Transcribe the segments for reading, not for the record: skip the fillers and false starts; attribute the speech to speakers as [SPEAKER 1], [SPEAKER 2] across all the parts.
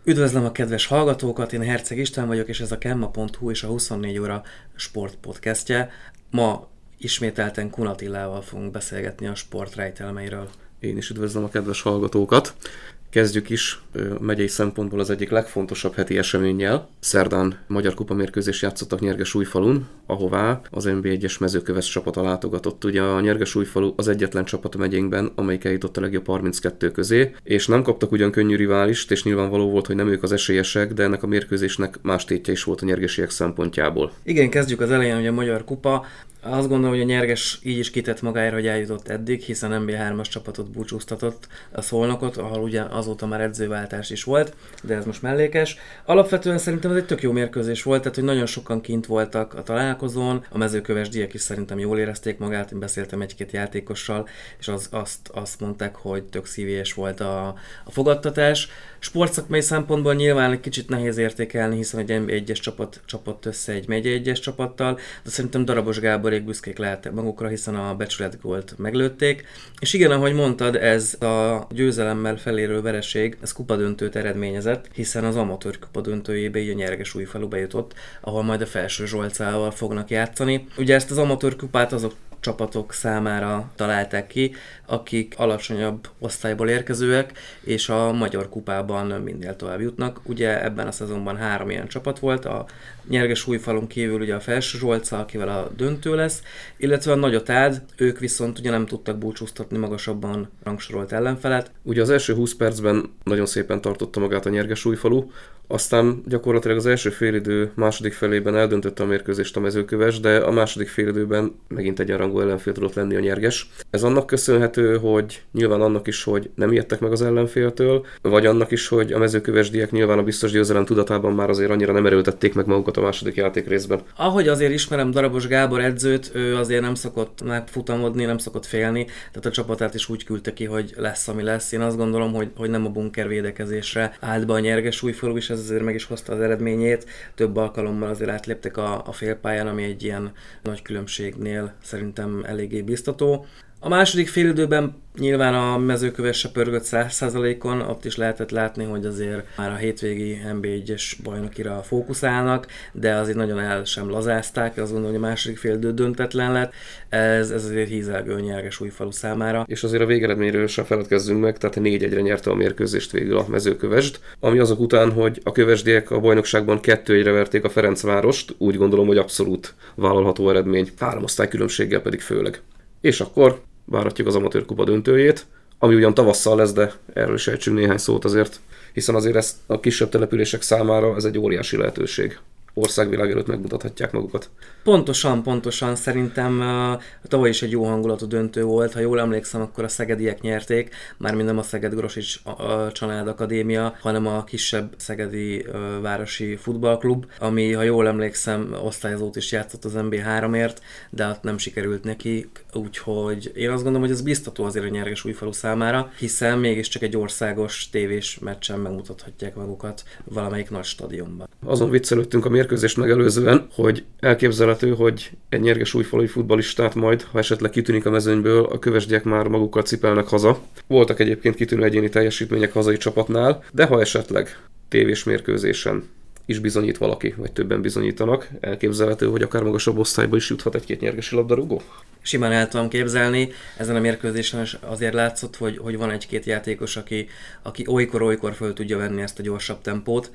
[SPEAKER 1] Üdvözlöm a kedves hallgatókat, én Herceg István vagyok, és ez a Kemma.hu és a 24 óra sport podcastje. Ma ismételten Kun Attilával fogunk beszélgetni a sport rejtelmeiről.
[SPEAKER 2] Én is üdvözlöm a kedves hallgatókat. Kezdjük is megyei szempontból az egyik legfontosabb heti eseménnyel. Szerdán magyar kupamérkőzést játszottak Nyergesújfalun, ahová az NB1-es Mezőköves csapata látogatott. Ugye a Nyergesújfalu az egyetlen csapat a megyénkben, amelyik eljutott a legjobb 32 közé, és nem kaptak ugyan könnyű riválist, és nyilvánvaló volt, hogy nem ők az esélyesek, de ennek a mérkőzésnek más tétje is volt a nyergesiek szempontjából.
[SPEAKER 1] Igen, kezdjük az elején, hogy a magyar kupa. Azt gondolom, hogy a Nyerges így is kitett magáért, hogy eljutott eddig, hiszen NB3-as csapatot búcsúztatott a Szolnokot, ahol ugye azóta már edzőváltás is volt, de ez most mellékes. Alapvetően szerintem ez egy tök jó mérkőzés volt, tehát hogy nagyon sokan kint voltak a találkozón, a mezőkövesdiek is szerintem jól érezték magát, én beszéltem egy-két játékossal, és azt mondták, hogy tök szívélyes volt a fogadtatás. Sportszakmai szempontból nyilván egy kicsit nehéz értékelni, hiszen egy NB1-es csapat csapott össze egy megye 1-es csapattal, de szerintem Darabos Gáborék büszkék lehettek magukra, hiszen a becsületgólt meglőtték. És igen, ahogy mondtad, ez a győzelemmel felérő vereség, ez kupadöntőt eredményezett, hiszen az amatőr kupadöntőjébe így a Nyergesújfalu bejutott, ahol majd a Felső Zsolcával fognak játszani. Ugye ezt az amatőr kupát azok csapatok számára találták ki, akik alacsonyabb osztályból érkezőek, és a magyar kupában minél tovább jutnak. Ugye ebben a szezonban 3 ilyen csapat volt, a Nyergesújfalun kívül ugye a Felső Zsolca, akivel a döntő lesz, illetve a Nagyotád, ők viszont ugye nem tudtak búcsúztatni magasabban rangsorolt ellenfelet.
[SPEAKER 2] Ugye az első 20 percben nagyon szépen tartotta magát a Nyergesújfalu, aztán gyakorlatilag az első félidő második felében eldöntötte a mérkőzést a Mezőköves, de a második félidőben megint egyenrangú ellenfél tudott lenni a Nyerges. Ez annak köszönhető, hogy nyilván annak is, hogy nem ijedtek meg az ellenféltől, vagy annak is, hogy a mezőkövesdiek nyilván a biztos győzelem tudatában már azért annyira nem erőltették meg magukat a második játékrészben.
[SPEAKER 1] Ahogy azért ismerem Darabos Gábor edzőt, ő azért nem szokott megfutamodni, nem szokott félni, tehát a csapatát is úgy küldte ki, hogy lesz, ami lesz. Én azt gondolom, hogy nem a bunker védekezésre állt be a Nyergesújfalu, és ez azért meg is hozta az eredményét. Több alkalommal azért átléptek a félpályán, ami egy ilyen nagy különbségnél szerintem eléggé biztató. A második félidőben nyilván a Mezőköves se pörgött 100%-on, ott is lehetett látni, hogy azért már a hétvégi NB1-es bajnokira fókuszálnak, de azért nagyon el sem lazázták, azt gondolom, hogy a második félidő döntetlen lett, ez azért hízelgő Nyergesújfalu számára.
[SPEAKER 2] És azért a végeredményről sem feledkezzünk meg, tehát 4-1-re nyerte a mérkőzést végül a Mezőkövesd, ami azok után, hogy a kövesdiek a bajnokságban 2-1-re verték a Ferencvárost, úgy gondolom, hogy abszolút vállalható eredmény, 3 osztály különbséggel pedig főleg. És akkor várhatjuk az amatőr kupa döntőjét, ami ugyan tavasszal lesz, de erről is ejtsünk néhány szót azért, hiszen azért ezt a kisebb települések számára ez egy óriási lehetőség. Országvilág előtt megmutathatják magukat.
[SPEAKER 1] Pontosan szerintem tavaly is egy jó hangulatú döntő volt, ha jól emlékszem, akkor a szegediek nyerték, mármint nem a Szeged-Grosics Csanád Akadémia, hanem a kisebb szegedi városi futballklub, ami, ha jól emlékszem, osztályozót is játszott az NB3-ért, de ott nem sikerült neki, úgyhogy én azt gondolom, hogy ez biztató azért a Nyergesújfalu számára, hiszen mégiscsak egy országos tévés meccsen megmutathatják magukat valamelyik nagy stadionban.
[SPEAKER 2] Azon viccelődtünk a mérkőzést megelőzően, hogy elképzelhető, hogy egy nyergesújfalui futballistát majd, ha esetleg kitűnik a mezőnyből, a kövesdiek már magukkal cipelnek haza. Voltak egyébként kitűnő egyéni teljesítmények hazai csapatnál, de ha esetleg tévés mérkőzésen is bizonyít valaki, vagy többen bizonyítanak, elképzelhető, hogy akár magasabb osztályba is juthat egy-két nyergesi labdarúgó?
[SPEAKER 1] Simán el tudom képzelni, ezen a mérkőzésen is azért látszott, hogy van egy-két játékos, aki olykor föl tudja venni ezt a gyorsabb tempót,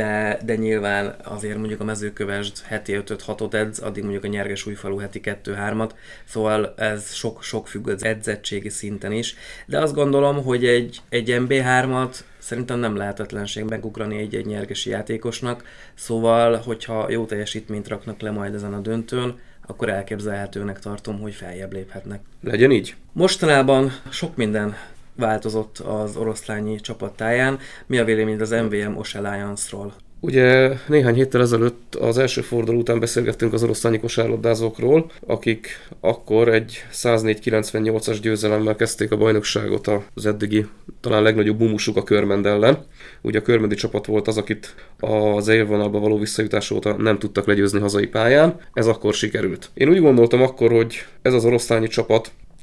[SPEAKER 1] de nyilván azért mondjuk a Mezőkövesd heti 5-6-ot edz, addig mondjuk a Nyergesújfalu heti 2-3-at, szóval ez sok függ az edzettségi szinten is, de azt gondolom, hogy egy MB3-at szerintem nem lehetetlenség megugrani egy nyergesi játékosnak, szóval, hogyha jó teljesítményt raknak le majd ezen a döntőn, akkor elképzelhetőnek tartom, hogy feljebb léphetnek.
[SPEAKER 2] Legyen így?
[SPEAKER 1] Mostanában sok minden változott az oroszlányi csapattáján. Mi a vélemény az MVM Osh Alliance-ról?
[SPEAKER 2] Ugye néhány héttel ezelőtt az első forduló után beszélgettünk az oroszlányi kosárlabdázókról, akik akkor egy 104-98-as győzelemmel kezdték a bajnokságot az eddigi talán legnagyobb bumusuk a Körmend ellen. Ugye a körmendi csapat volt az, akit az élvonalba való visszajutás óta nem tudtak legyőzni hazai pályán, ez akkor sikerült. Én úgy gondoltam akkor, hogy ez az oroszlányi csapat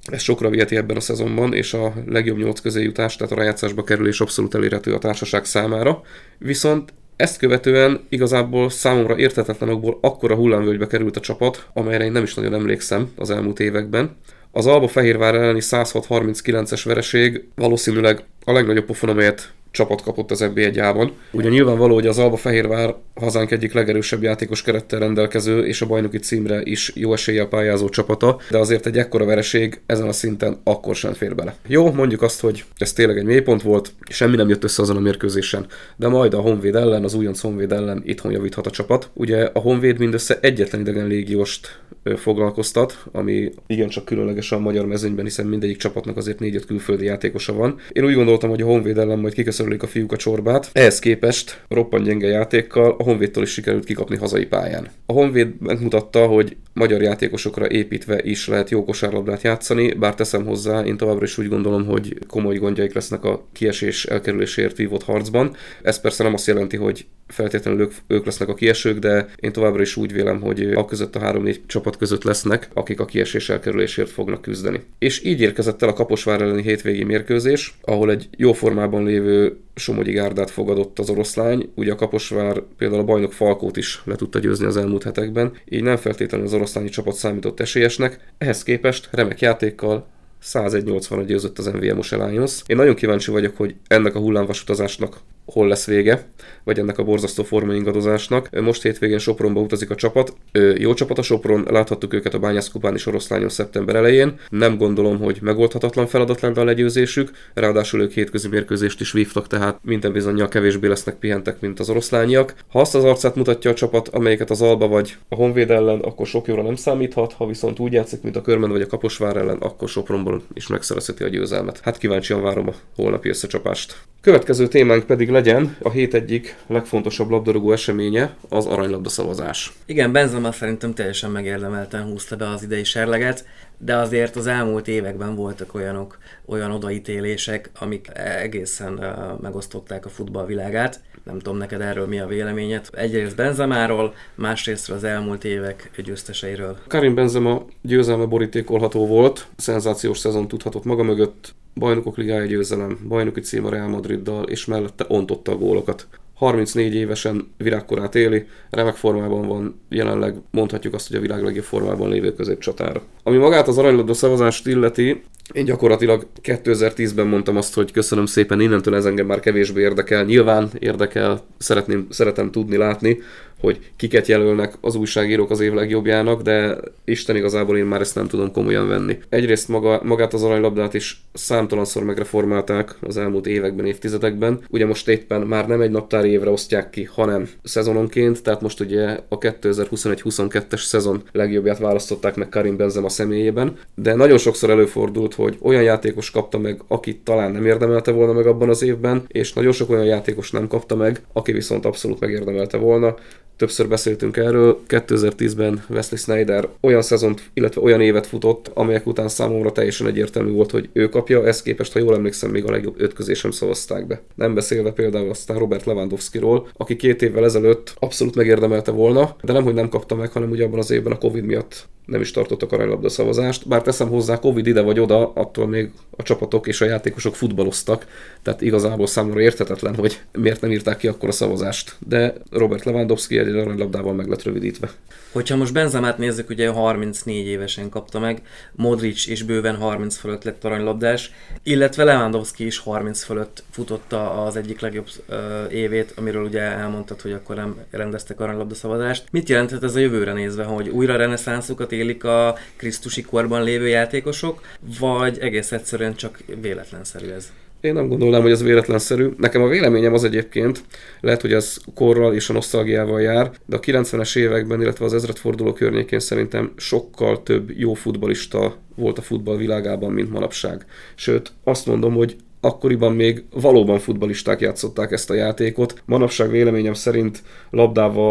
[SPEAKER 2] Ez sokra viheti ebben a szezonban, és a legjobb 8 közé jutás, tehát a rájátszásba kerülés abszolút elérhető a társaság számára. Viszont ezt követően igazából számomra érthetetlenokból akkora hullámvölgybe került a csapat, amelyre én nem is nagyon emlékszem az elmúlt években. Az Alba-Fehérvár elleni 106-39-es vereség valószínűleg a legnagyobb pofon, amelyet csapat kapott az NB1-ában. Ugye nyilvánvaló, hogy az Alba-Fehérvár hazánk egyik legerősebb játékos kerettel rendelkező és a bajnoki címre is jó eséllyel pályázó csapata, de azért egy ekkora vereség ezen a szinten akkor sem fér bele. Jó, mondjuk azt, hogy ez tényleg egy mélypont volt, semmi nem jött össze azon a mérkőzésen, de majd a Honvéd ellen, az újonc Honvéd ellen itthon javíthat a csapat. Ugye a Honvéd mindössze egyetlen idegen légiost foglalkoztat, ami igencsak különleges a magyar mezőnyben, hiszen mindegyik csapatnak azért 4-5 külföldi játékosa van. Én úgy gondoltam, hogy a Honvéd ellen majd kiköszörülik a fiúk a csorbát. Ehhez képest roppant gyenge játékkal a Honvédtől is sikerült kikapni hazai pályán. A Honvéd megmutatta, hogy magyar játékosokra építve is lehet jó kosárlabdát játszani, bár teszem hozzá, én továbbra is úgy gondolom, hogy komoly gondjaik lesznek a kiesés elkerüléséért vívott harcban. Ez persze nem azt jelenti, hogy feltétlenül ők lesznek a kiesők, de én továbbra is úgy vélem, hogy a között a 3-4 csapat között lesznek, akik a kiesés elkerülésért fognak küzdeni. És így érkezett el a Kaposvár elleni hétvégi mérkőzés, ahol egy jó formában lévő Somogyi Gárdát fogadott az oroszlány. Ugye a Kaposvár például a bajnok Falkót is le tudta győzni az elmúlt hetekben, így nem feltétlenül az oroszlányi csapat számított esélyesnek, ehhez képest remek játékkal 101-80-ra győzött az MVM-os Alliance. Én nagyon kíváncsi vagyok, hogy ennek a hullámvasutazásnak hol lesz vége, vagy ennek a borzasztó formaingadozásnak. Most hétvégén Sopronba utazik a csapat. Jó csapat a Sopron, láthattuk őket a Bányászkupán és Oroszlányon szeptember elején. Nem gondolom, hogy megoldhatatlan feladat lenne a legyőzésük, ráadásul ők hétközi mérkőzést is vívtak, tehát minden bizonnyal kevésbé lesznek pihentek, mint az oroszlányiak. Ha azt az arcát mutatja a csapat, amelyiket az Alba vagy a Honvéd ellen, akkor sok jóra nem számíthat, ha viszont úgy játszik, mint a Körmend vagy a Kaposvár ellen, akkor Sopronból is megszerezheti a győzelmet. Hát kíváncsian várom a holnapi összecsapást. Következő témánk pedig legyen a hét egyik legfontosabb labdarúgó eseménye, az aranylabda szavazás.
[SPEAKER 1] Igen, Benzema szerintem teljesen megérdemelten húzta be az idei serleget, de azért az elmúlt években voltak olyan odaítélések, amik egészen megosztották a futballvilágát. Nem tudom, neked erről mi a véleményed. Egyrészt Benzemáról, másrészt az elmúlt évek győzteseiről.
[SPEAKER 2] Karim Benzema győzelme borítékolható volt, szenzációs szezon tudhatott maga mögött, Bajnokok Ligája győzelem, bajnoki cím a Real Madriddal, és mellette ontotta a gólokat. 34 évesen virágkorát éli, remek formában van, jelenleg mondhatjuk azt, hogy a világ legjobb formában lévő középcsatára. Ami magát az aranylabda szavazást illeti, én gyakorlatilag 2010-ben mondtam azt, hogy köszönöm szépen, innentől ez engem már kevésbé érdekel. Nyilván érdekel, szeretem tudni, látni, hogy kiket jelölnek az újságírók az év legjobbjának, de Isten igazából én már ezt nem tudom komolyan venni. Egyrészt magát az aranylabdát is számtalanszor megreformálták az elmúlt években, évtizedekben. Ugye most éppen már nem egy naptári évre osztják ki, hanem szezononként, tehát most ugye a 2021-22-es szezon legjobbját választották meg Karim Benzema személyében, de nagyon sokszor előfordult, hogy olyan játékos kapta meg, akit talán nem érdemelte volna meg abban az évben, és nagyon sok olyan játékos nem kapta meg, aki viszont abszolút megérdemelte volna. Többször beszéltünk erről, 2010-ben Wesley Sneijder olyan szezont, illetve olyan évet futott, amelyek után számomra teljesen egyértelmű volt, hogy ő kapja, ezt képest, ha jól emlékszem, még a legjobb 5 közé sem szavazták be. Nem beszélve például aztán Robert Lewandowskiról, aki 2 évvel ezelőtt abszolút megérdemelte volna, de nem, hogy nem kapta meg, hanem ugye abban az évben a Covid miatt nem is tartottak aranylabda szavazást, bár teszem hozzá, Covid ide vagy oda, attól még a csapatok és a játékosok futballoztak, tehát igazából számomra érthetetlen, hogy miért nem írták ki akkor a szavazást, de Robert Lewandowski egy aranylabdával meg lett rövidítve.
[SPEAKER 1] Hogyha most Benzemát nézzük, ugye 34 évesen kapta meg, Modric is bőven 30 fölött lett aranylabdás, illetve Lewandowski is 30 fölött futotta az egyik legjobb évét, amiről ugye elmondtad, hogy akkor nem rendeztek aranylabda szavazást. Mit jelenthet ez a jövőre nézve, hogy újra reneszánszukat élik a krisztusi korban lévő játékosok, vagy egész egyszerűen csak véletlenszerű ez?
[SPEAKER 2] Én nem gondolnám, hogy ez véletlenszerű. Nekem a véleményem az egyébként, lehet, hogy ez korral és a nosztalgiával jár, de a 90-es években, illetve az ezredforduló környékén szerintem sokkal több jó futballista volt a futball világában, mint manapság. Sőt, azt mondom, hogy akkoriban még valóban futballisták játszották ezt a játékot. Manapság véleményem szerint labdával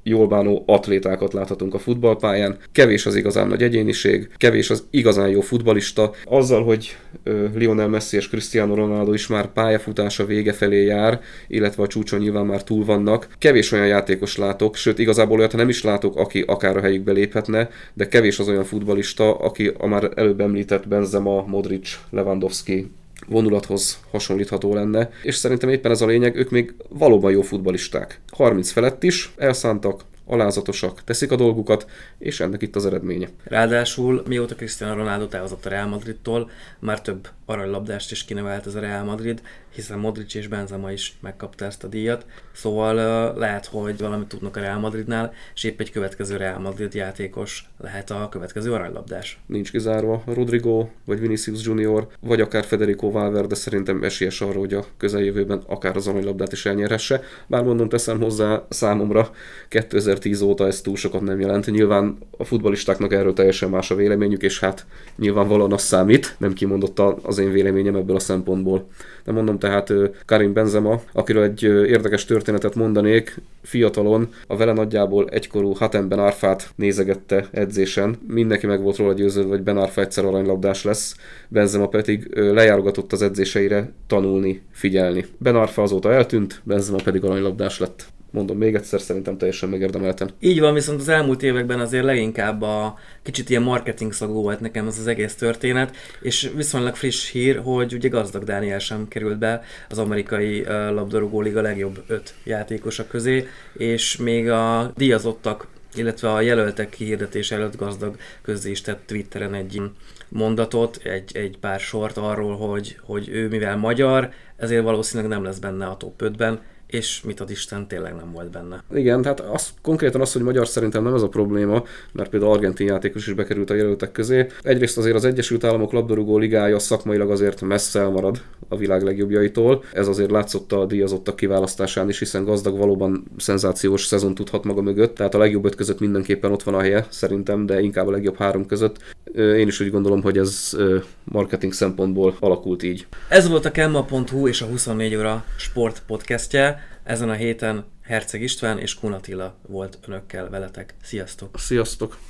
[SPEAKER 2] jól bánó atlétákat láthatunk a futballpályán, kevés az igazán nagy egyéniség, kevés az igazán jó futballista. Azzal, hogy Lionel Messi és Cristiano Ronaldo is már pályafutása vége felé jár, illetve a csúcson nyilván már túl vannak, kevés olyan játékos látok, sőt igazából olyat nem is látok, aki akár a helyükbe léphetne, de kevés az olyan futballista, aki a már előbb említett Benzema, Modric, Lewandowski vonulathoz hasonlítható lenne, és szerintem éppen ez a lényeg, ők még valóban jó futballisták. 30 felett is elszántak, alázatosak, teszik a dolgukat, és ennek itt az eredménye.
[SPEAKER 1] Ráadásul mióta Cristiano Ronaldo távozott a Real Madridtól, már több aranylabdást is kinevelt ez a Real Madrid, hiszen Modric és Benzema is megkapta ezt a díjat, szóval lehet, hogy valamit tudnak a Real Madridnál, és épp egy következő Real Madrid játékos lehet a következő aranylabdás.
[SPEAKER 2] Nincs kizárva Rodrigo, vagy Vinicius Junior, vagy akár Federico Valverde szerintem esélyes arra, hogy a közeljövőben akár az aranylabdát is elnyerhesse. Bár mondom, teszem hozzá, számomra 2010 óta ez túl sokat nem jelent. Nyilván a futballistáknak erről teljesen más a véleményük, és hát nyilvánvalóan az számít, nem kimondott az én véleményem ebből a szempontból. De mondom tehát Karim Benzema, akiről egy érdekes történetet mondanék, fiatalon a vele nagyjából egykorú Hatem Ben Arfát nézegette edzésen. Mindenki meg volt róla győződve, hogy Ben Arfa egyszer aranylabdás lesz, Benzema pedig lejárogatott az edzéseire tanulni, figyelni. Ben Arfa azóta eltűnt, Benzema pedig aranylabdás lett. Mondom még egyszer, szerintem teljesen megérdemelten.
[SPEAKER 1] Így van, viszont az elmúlt években azért leginkább a kicsit ilyen marketing szagú volt nekem ez az egész történet, és viszonylag friss hír, hogy ugye Gazdag Dániel sem került be az amerikai labdarúgó liga legjobb 5 játékosa közé, és még a díjazottak, illetve a jelöltek kihirdetés előtt Gazdag közzé is tett Twitteren egy mondatot, egy pár sort arról, hogy ő mivel magyar, ezért valószínűleg nem lesz benne a top 5-ben, és mit ad Isten, tényleg nem volt benne.
[SPEAKER 2] Igen, tehát konkrétan az, hogy magyar szerintem nem ez a probléma, mert például argentin játékos is bekerült a jelöltek közé. Egyrészt azért az Egyesült Államok labdarúgó ligája szakmailag azért messze elmarad a világ legjobbjaitól. Ez azért látszott a díjazottak kiválasztásán is, hiszen Gazdag valóban szenzációs szezon tudhat maga mögött, tehát a legjobb 5 között mindenképpen ott van a helye szerintem, de inkább a legjobb 3 között. Én is úgy gondolom, hogy ez marketing szempontból alakult így.
[SPEAKER 1] Ez volt a Kemma.hu és a 24 óra sport podcastje. Ezen a héten Herceg István és Kun Attila volt önökkel veletek. Sziasztok!
[SPEAKER 2] Sziasztok!